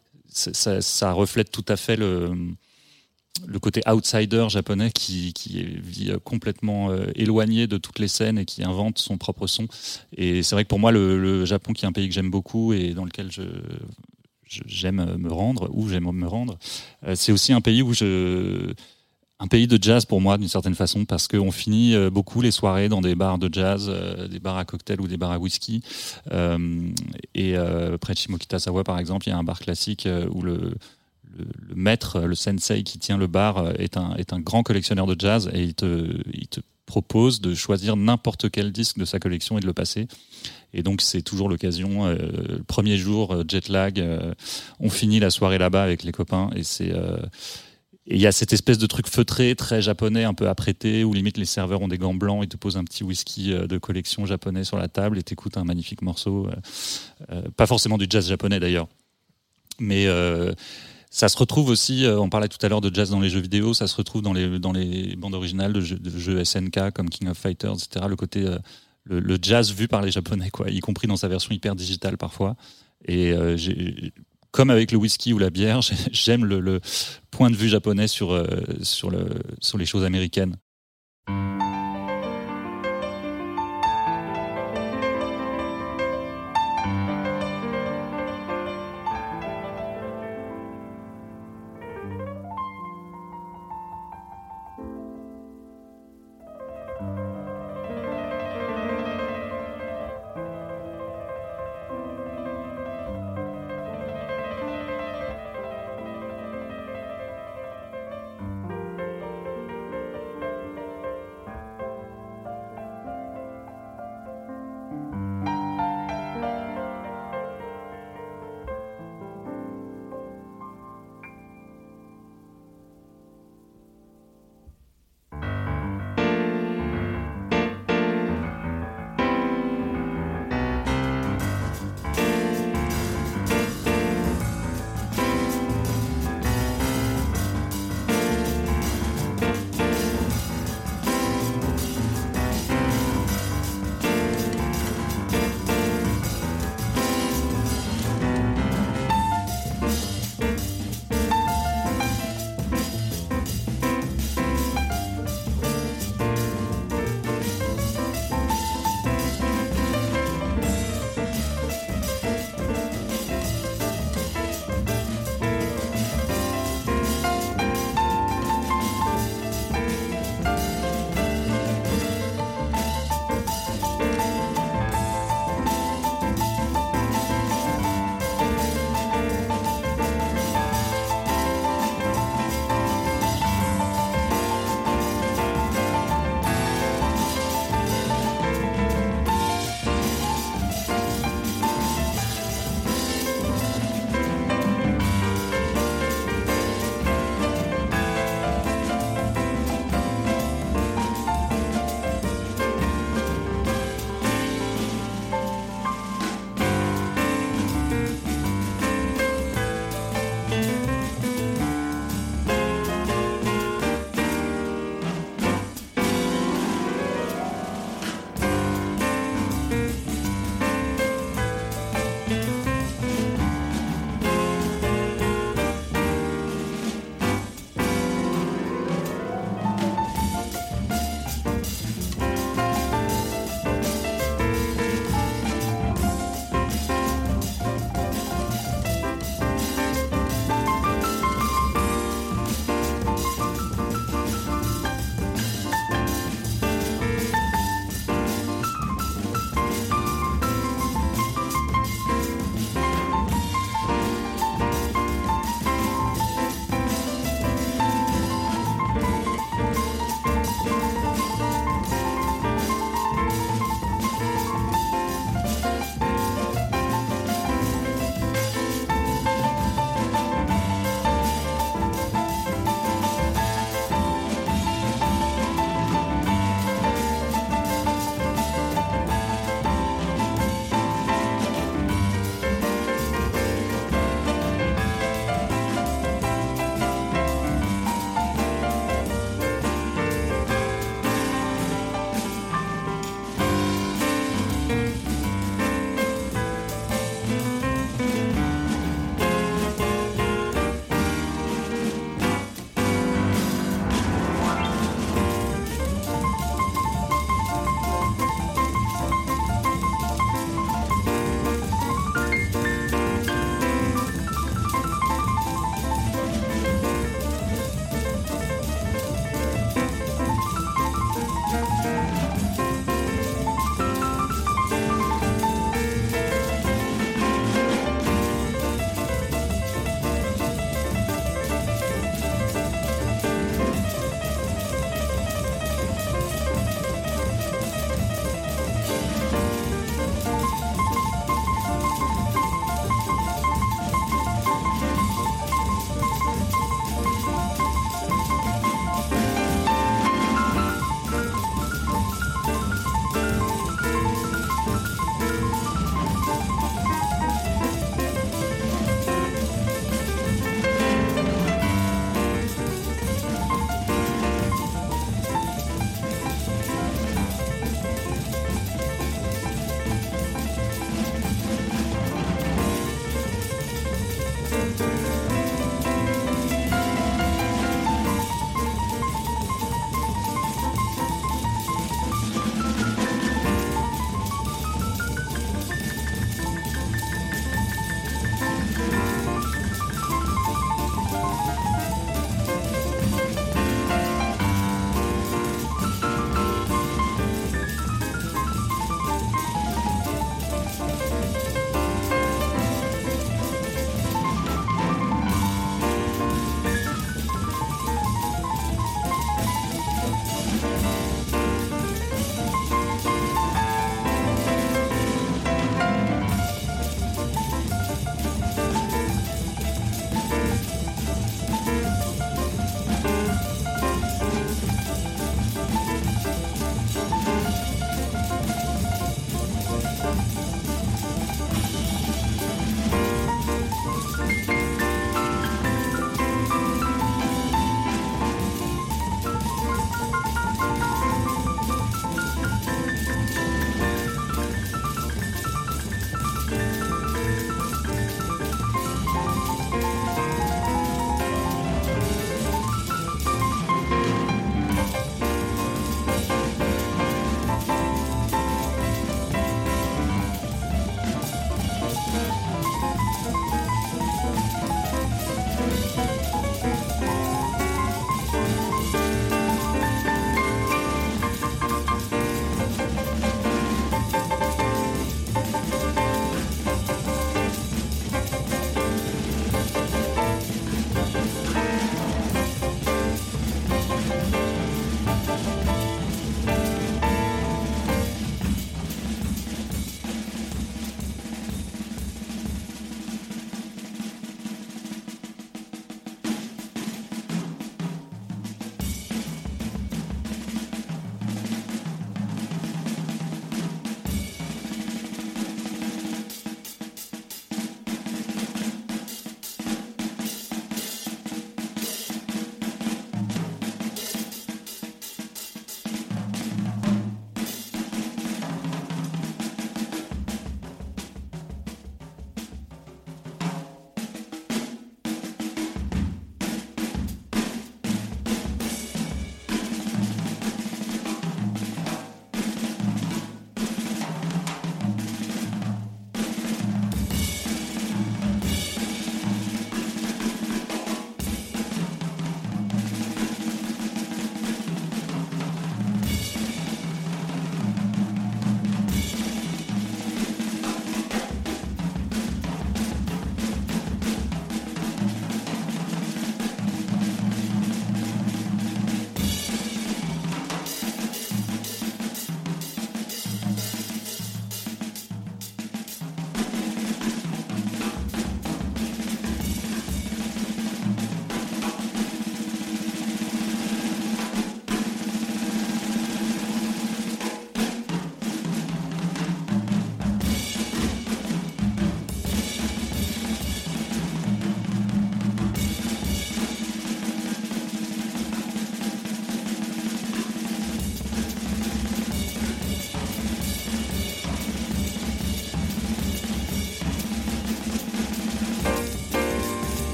ça, ça reflète tout à fait le le côté outsider japonais qui, qui vit complètement euh, éloigné de toutes les scènes et qui invente son propre son. Et c'est vrai que pour moi, le, le Japon, qui est un pays que j'aime beaucoup et dans lequel je, je, j'aime me rendre, où j'aime me rendre, euh, c'est aussi un pays où je... Un pays de jazz pour moi, d'une certaine façon, parce qu'on finit euh, beaucoup les soirées dans des bars de jazz, euh, des bars à cocktails ou des bars à whisky. Euh, et euh, près de Shimokitazawa, par exemple, il y a un bar classique euh, où le Le, le maître, le sensei qui tient le bar est un, est un grand collectionneur de jazz et il te, il te propose de choisir n'importe quel disque de sa collection et de le passer. Et donc c'est toujours l'occasion. Euh, le premier jour, jet lag, euh, on finit la soirée là-bas avec les copains et c'est euh, et il y a cette espèce de truc feutré, très japonais, un peu apprêté, où limite les serveurs ont des gants blancs, ils te posent un petit whisky de collection japonais sur la table et t'écoutes un magnifique morceau. Euh, euh, pas forcément du jazz japonais d'ailleurs, mais euh, ça se retrouve aussi, euh, on parlait tout à l'heure de jazz dans les jeux vidéo, ça se retrouve dans les, dans les bandes originales de jeux, de jeux S N K comme King of Fighters, et cetera. Le côté, euh, le, le jazz vu par les Japonais, quoi, y compris dans sa version hyper digitale parfois. Et euh, j'ai, comme avec le whisky ou la bière, j'aime le, le point de vue japonais sur, euh, sur, le, sur les choses américaines.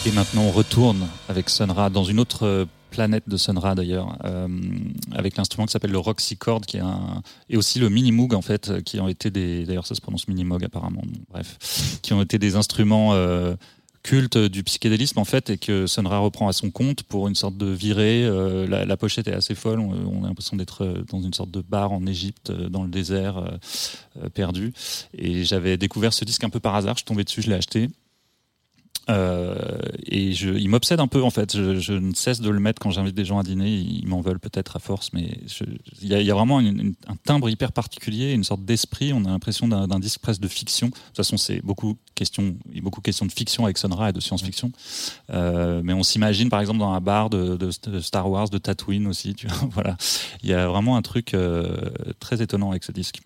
Et maintenant, on retourne avec Sun Ra dans une autre planète de Sun Ra d'ailleurs, euh, avec l'instrument qui s'appelle le Roxy Chord, qui est un, et aussi le Mini Moog en fait, qui ont été des, d'ailleurs ça se prononce Mini Moog apparemment, bref, qui ont été des instruments euh, cultes du psychédélisme en fait, et que Sun Ra reprend à son compte pour une sorte de virée. Euh, la, la pochette est assez folle, on, on a l'impression d'être dans une sorte de bar en Égypte, dans le désert, euh, perdu. Et j'avais découvert ce disque un peu par hasard, je suis tombé dessus, je l'ai acheté. Euh, et je, il m'obsède un peu en fait. Je, je ne cesse de le mettre quand j'invite des gens à dîner. Ils m'en veulent peut-être à force, mais il y, y a vraiment une, une, un timbre hyper particulier, une sorte d'esprit. On a l'impression d'un, d'un disque presque de fiction. De toute façon, c'est beaucoup question, il y a beaucoup question de fiction avec Sun Ra et de science-fiction. Euh, mais on s'imagine par exemple dans un bar de, de, de Star Wars, de Tatooine aussi. Tu vois, voilà. Il y a vraiment un truc euh, très étonnant avec ce disque.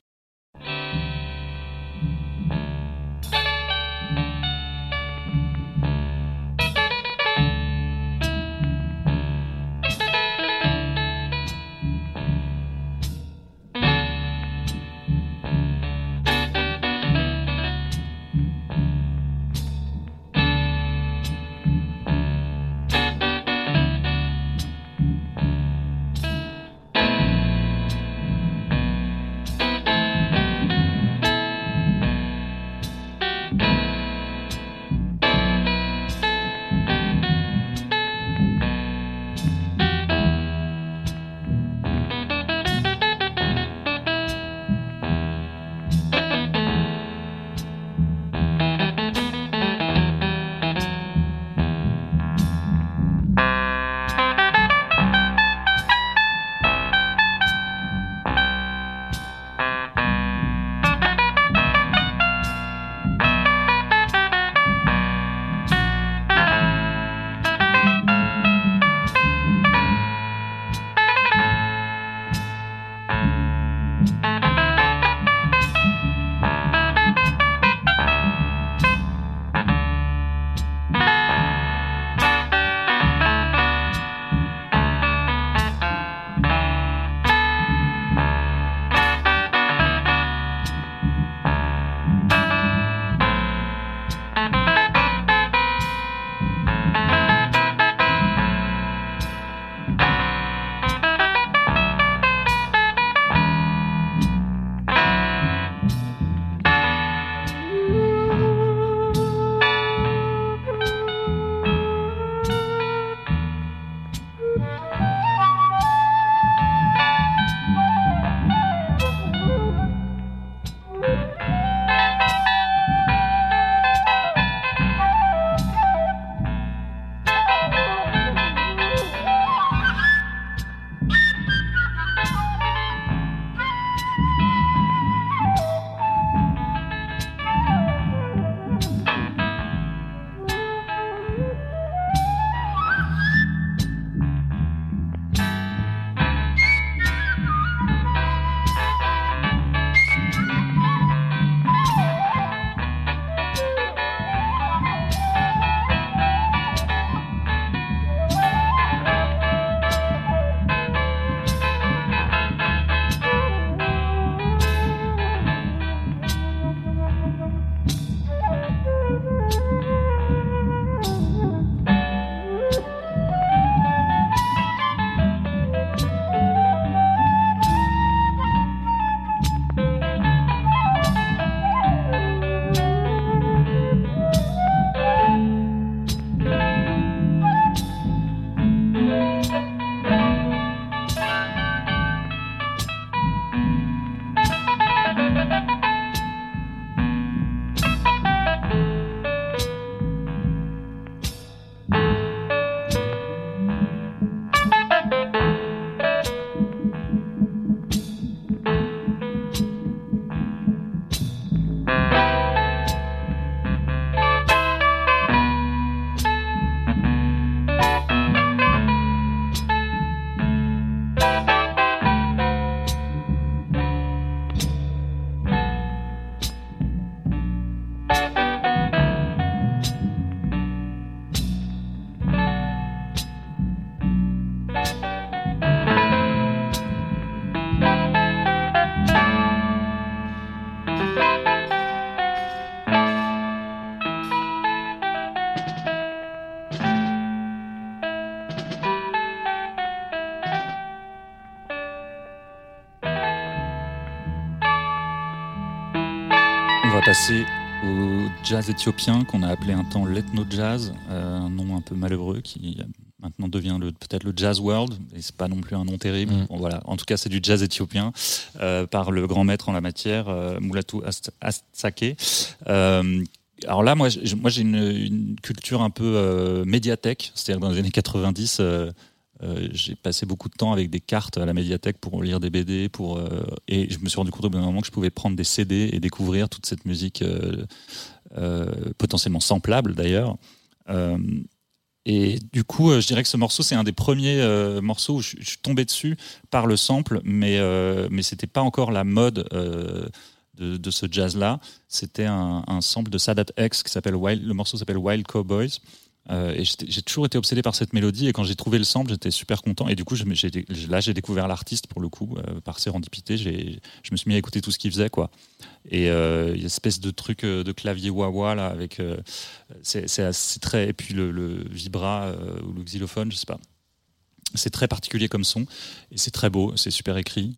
passer au jazz éthiopien qu'on a appelé un temps l'ethno-jazz, euh, un nom un peu malheureux qui maintenant devient le, peut-être le jazz world, et c'est pas non plus un nom terrible. Mmh. Bon, voilà. En tout cas, c'est du jazz éthiopien euh, par le grand maître en la matière, euh, Mulatu Astsake. Euh, alors là, moi, j'ai, moi, j'ai une, une culture un peu euh, médiathèque, c'est-à-dire dans les années quatre-vingt-dix. Euh, Euh, j'ai passé beaucoup de temps avec des cartes à la médiathèque pour lire des B D, pour, euh, et je me suis rendu compte au bout d'un moment que je pouvais prendre des C D et découvrir toute cette musique euh, euh, potentiellement samplable d'ailleurs. Euh, et du coup, euh, je dirais que ce morceau, c'est un des premiers euh, morceaux où je, je suis tombé dessus par le sample, mais, euh, mais c'était pas encore la mode euh, de, de ce jazz-là. C'était un, un sample de Sadat X qui s'appelle Wild, le morceau s'appelle Wild Cowboys. Euh, et j'ai toujours été obsédé par cette mélodie, et quand j'ai trouvé le sample, j'étais super content. Et du coup, je, j'ai, là, j'ai découvert l'artiste pour le coup, euh, par sérendipité. J'ai, je me suis mis à écouter tout ce qu'il faisait, quoi. Et euh, il y a une espèce de truc euh, de clavier wah-wah là, avec euh, c'est, c'est, c'est très, et puis le, le vibra euh, ou le xylophone, je sais pas. C'est très particulier comme son, et c'est très beau, c'est super écrit.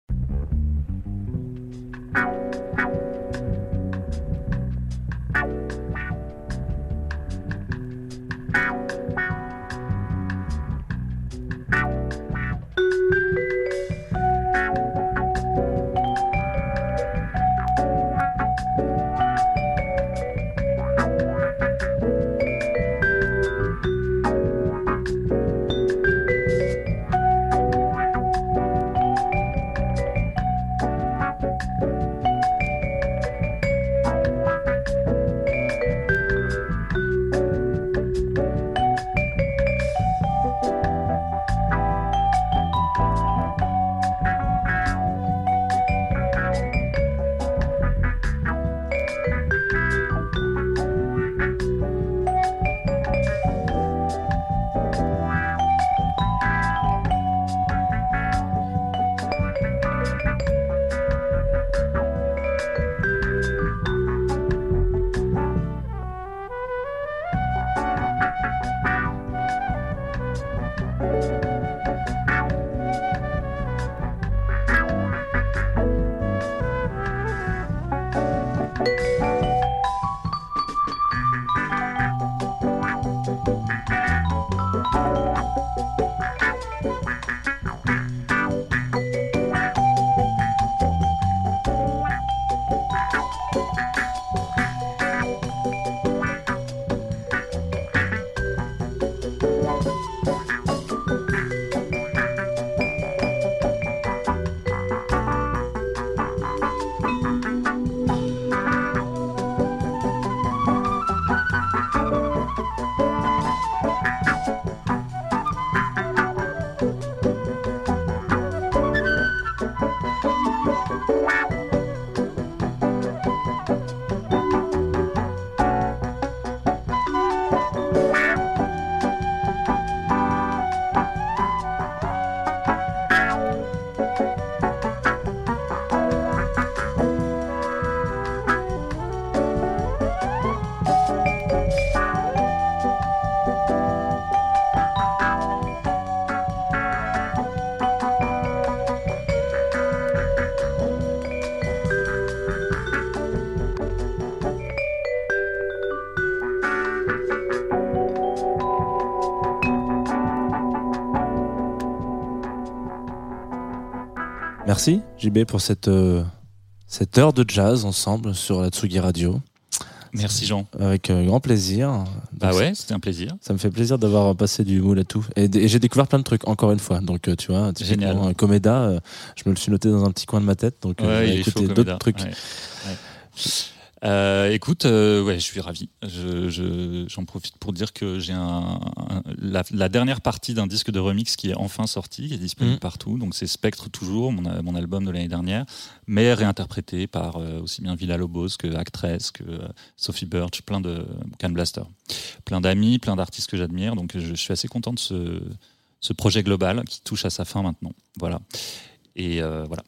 Merci J B pour cette, euh, cette heure de jazz ensemble sur la Tsugi Radio. Merci Jean. Avec euh, grand plaisir. Donc, bah ouais, c'était un plaisir. Ça me fait plaisir d'avoir passé du Mulatu. Et, et j'ai découvert plein de trucs, encore une fois. Donc euh, tu vois, génial. Un Komeda, euh, je me le suis noté dans un petit coin de ma tête. Donc euh, ouais, j'ai écouté d'autres Komeda. Trucs. Ouais. Ouais. Euh, écoute, euh, ouais, je suis ravi. Je, je, j'en profite pour dire que j'ai un, un la, la dernière partie d'un disque de remix qui est enfin sorti, qui est disponible mmh. partout. Donc c'est Spectre toujours, mon, mon album de l'année dernière, mais réinterprété par euh, aussi bien Villa Lobos que Actress, que euh, Sophie Birch, plein de Can Blaster, plein d'amis, plein d'artistes que j'admire. Donc je, je suis assez content de ce, ce projet global qui touche à sa fin maintenant. Voilà. Et euh, voilà.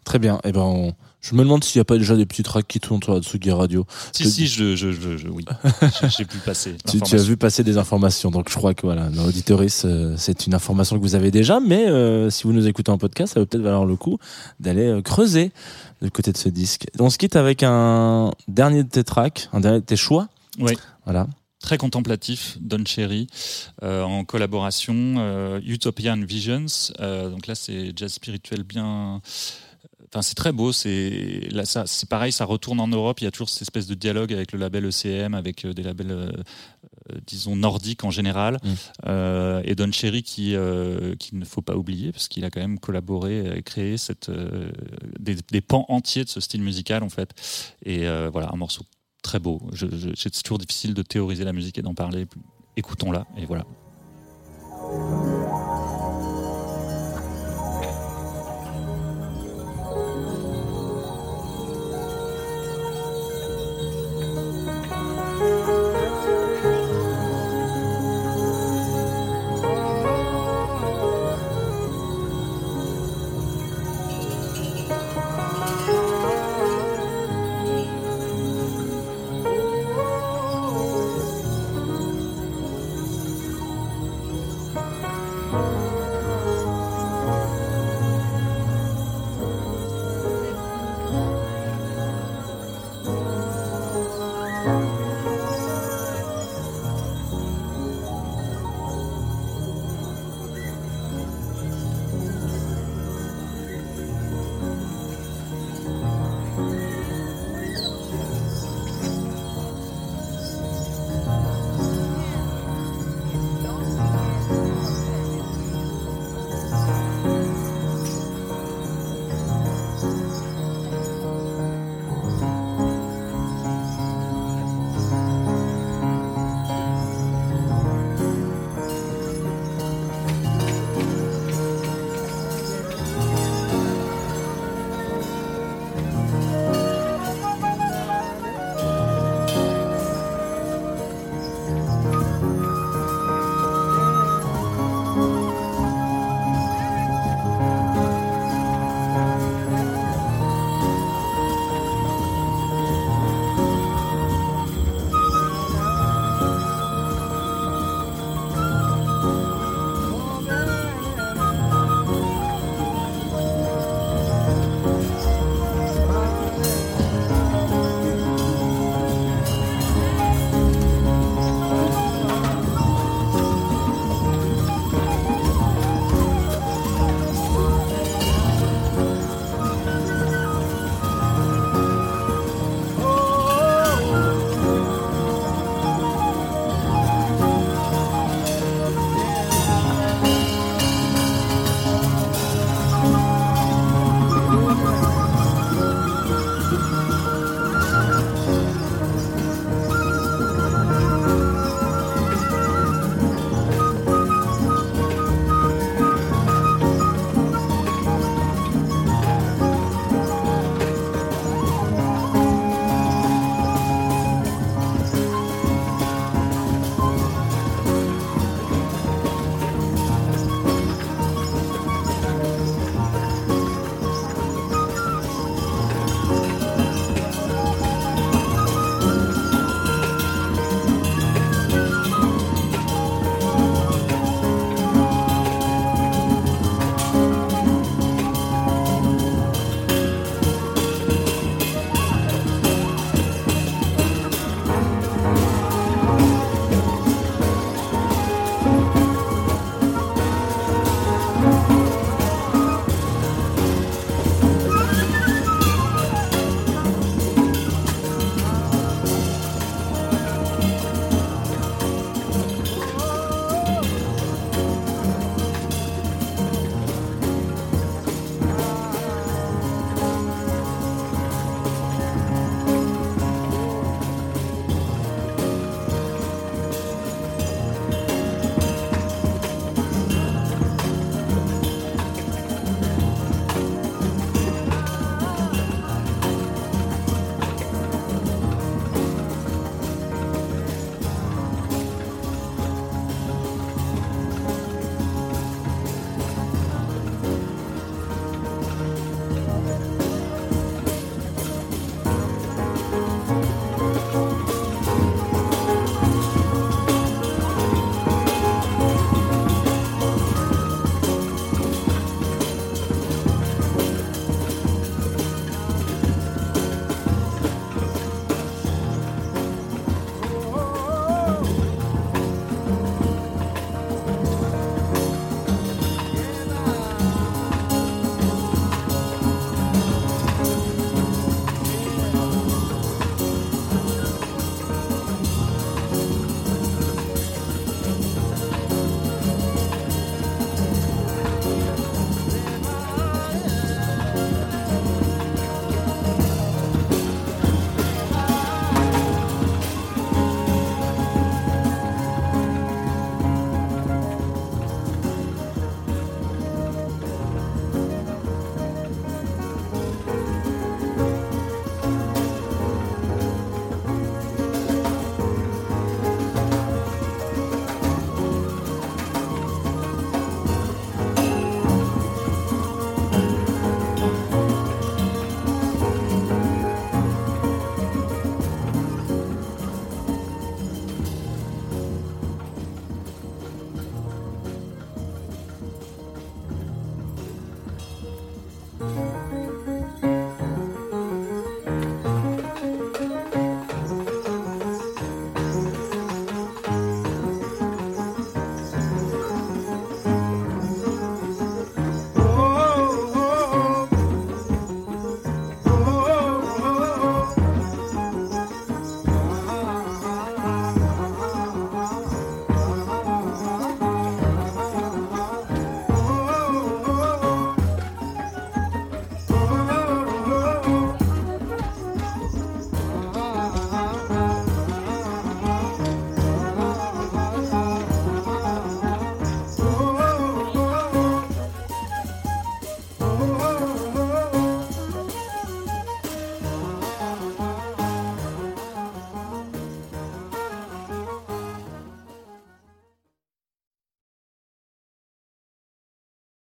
Très bien. Et ben, on... je me demande s'il n'y a pas déjà des petits tracks qui tournent sur la Tsugi Radio. Si, que... si, je, je, je, je oui. j'ai, j'ai pu passer. Tu, tu as vu passer des informations, donc je crois que voilà, nos auditeuristes, euh, c'est une information que vous avez déjà, mais euh, si vous nous écoutez en podcast, ça va peut-être valoir le coup d'aller euh, creuser du côté de ce disque. On se quitte avec un dernier de tes tracks, un dernier de tes choix. Oui. Voilà. Très contemplatif, Don Cherry, euh, en collaboration, euh, Utopian Visions. Euh, donc là, c'est jazz spirituel bien. Enfin, c'est très beau. C'est là, ça, c'est pareil. Ça retourne en Europe. Il y a toujours cette espèce de dialogue avec le label E C M, avec euh, des labels, euh, euh, disons nordiques en général. Mmh. Euh, et Don Cherry, qui, euh, qu'il ne faut pas oublier, parce qu'il a quand même collaboré et créé cette euh, des, des pans entiers de ce style musical en fait. Et euh, voilà, un morceau très beau. Je, je, c'est toujours difficile de théoriser la musique et d'en parler. Écoutons-la et voilà.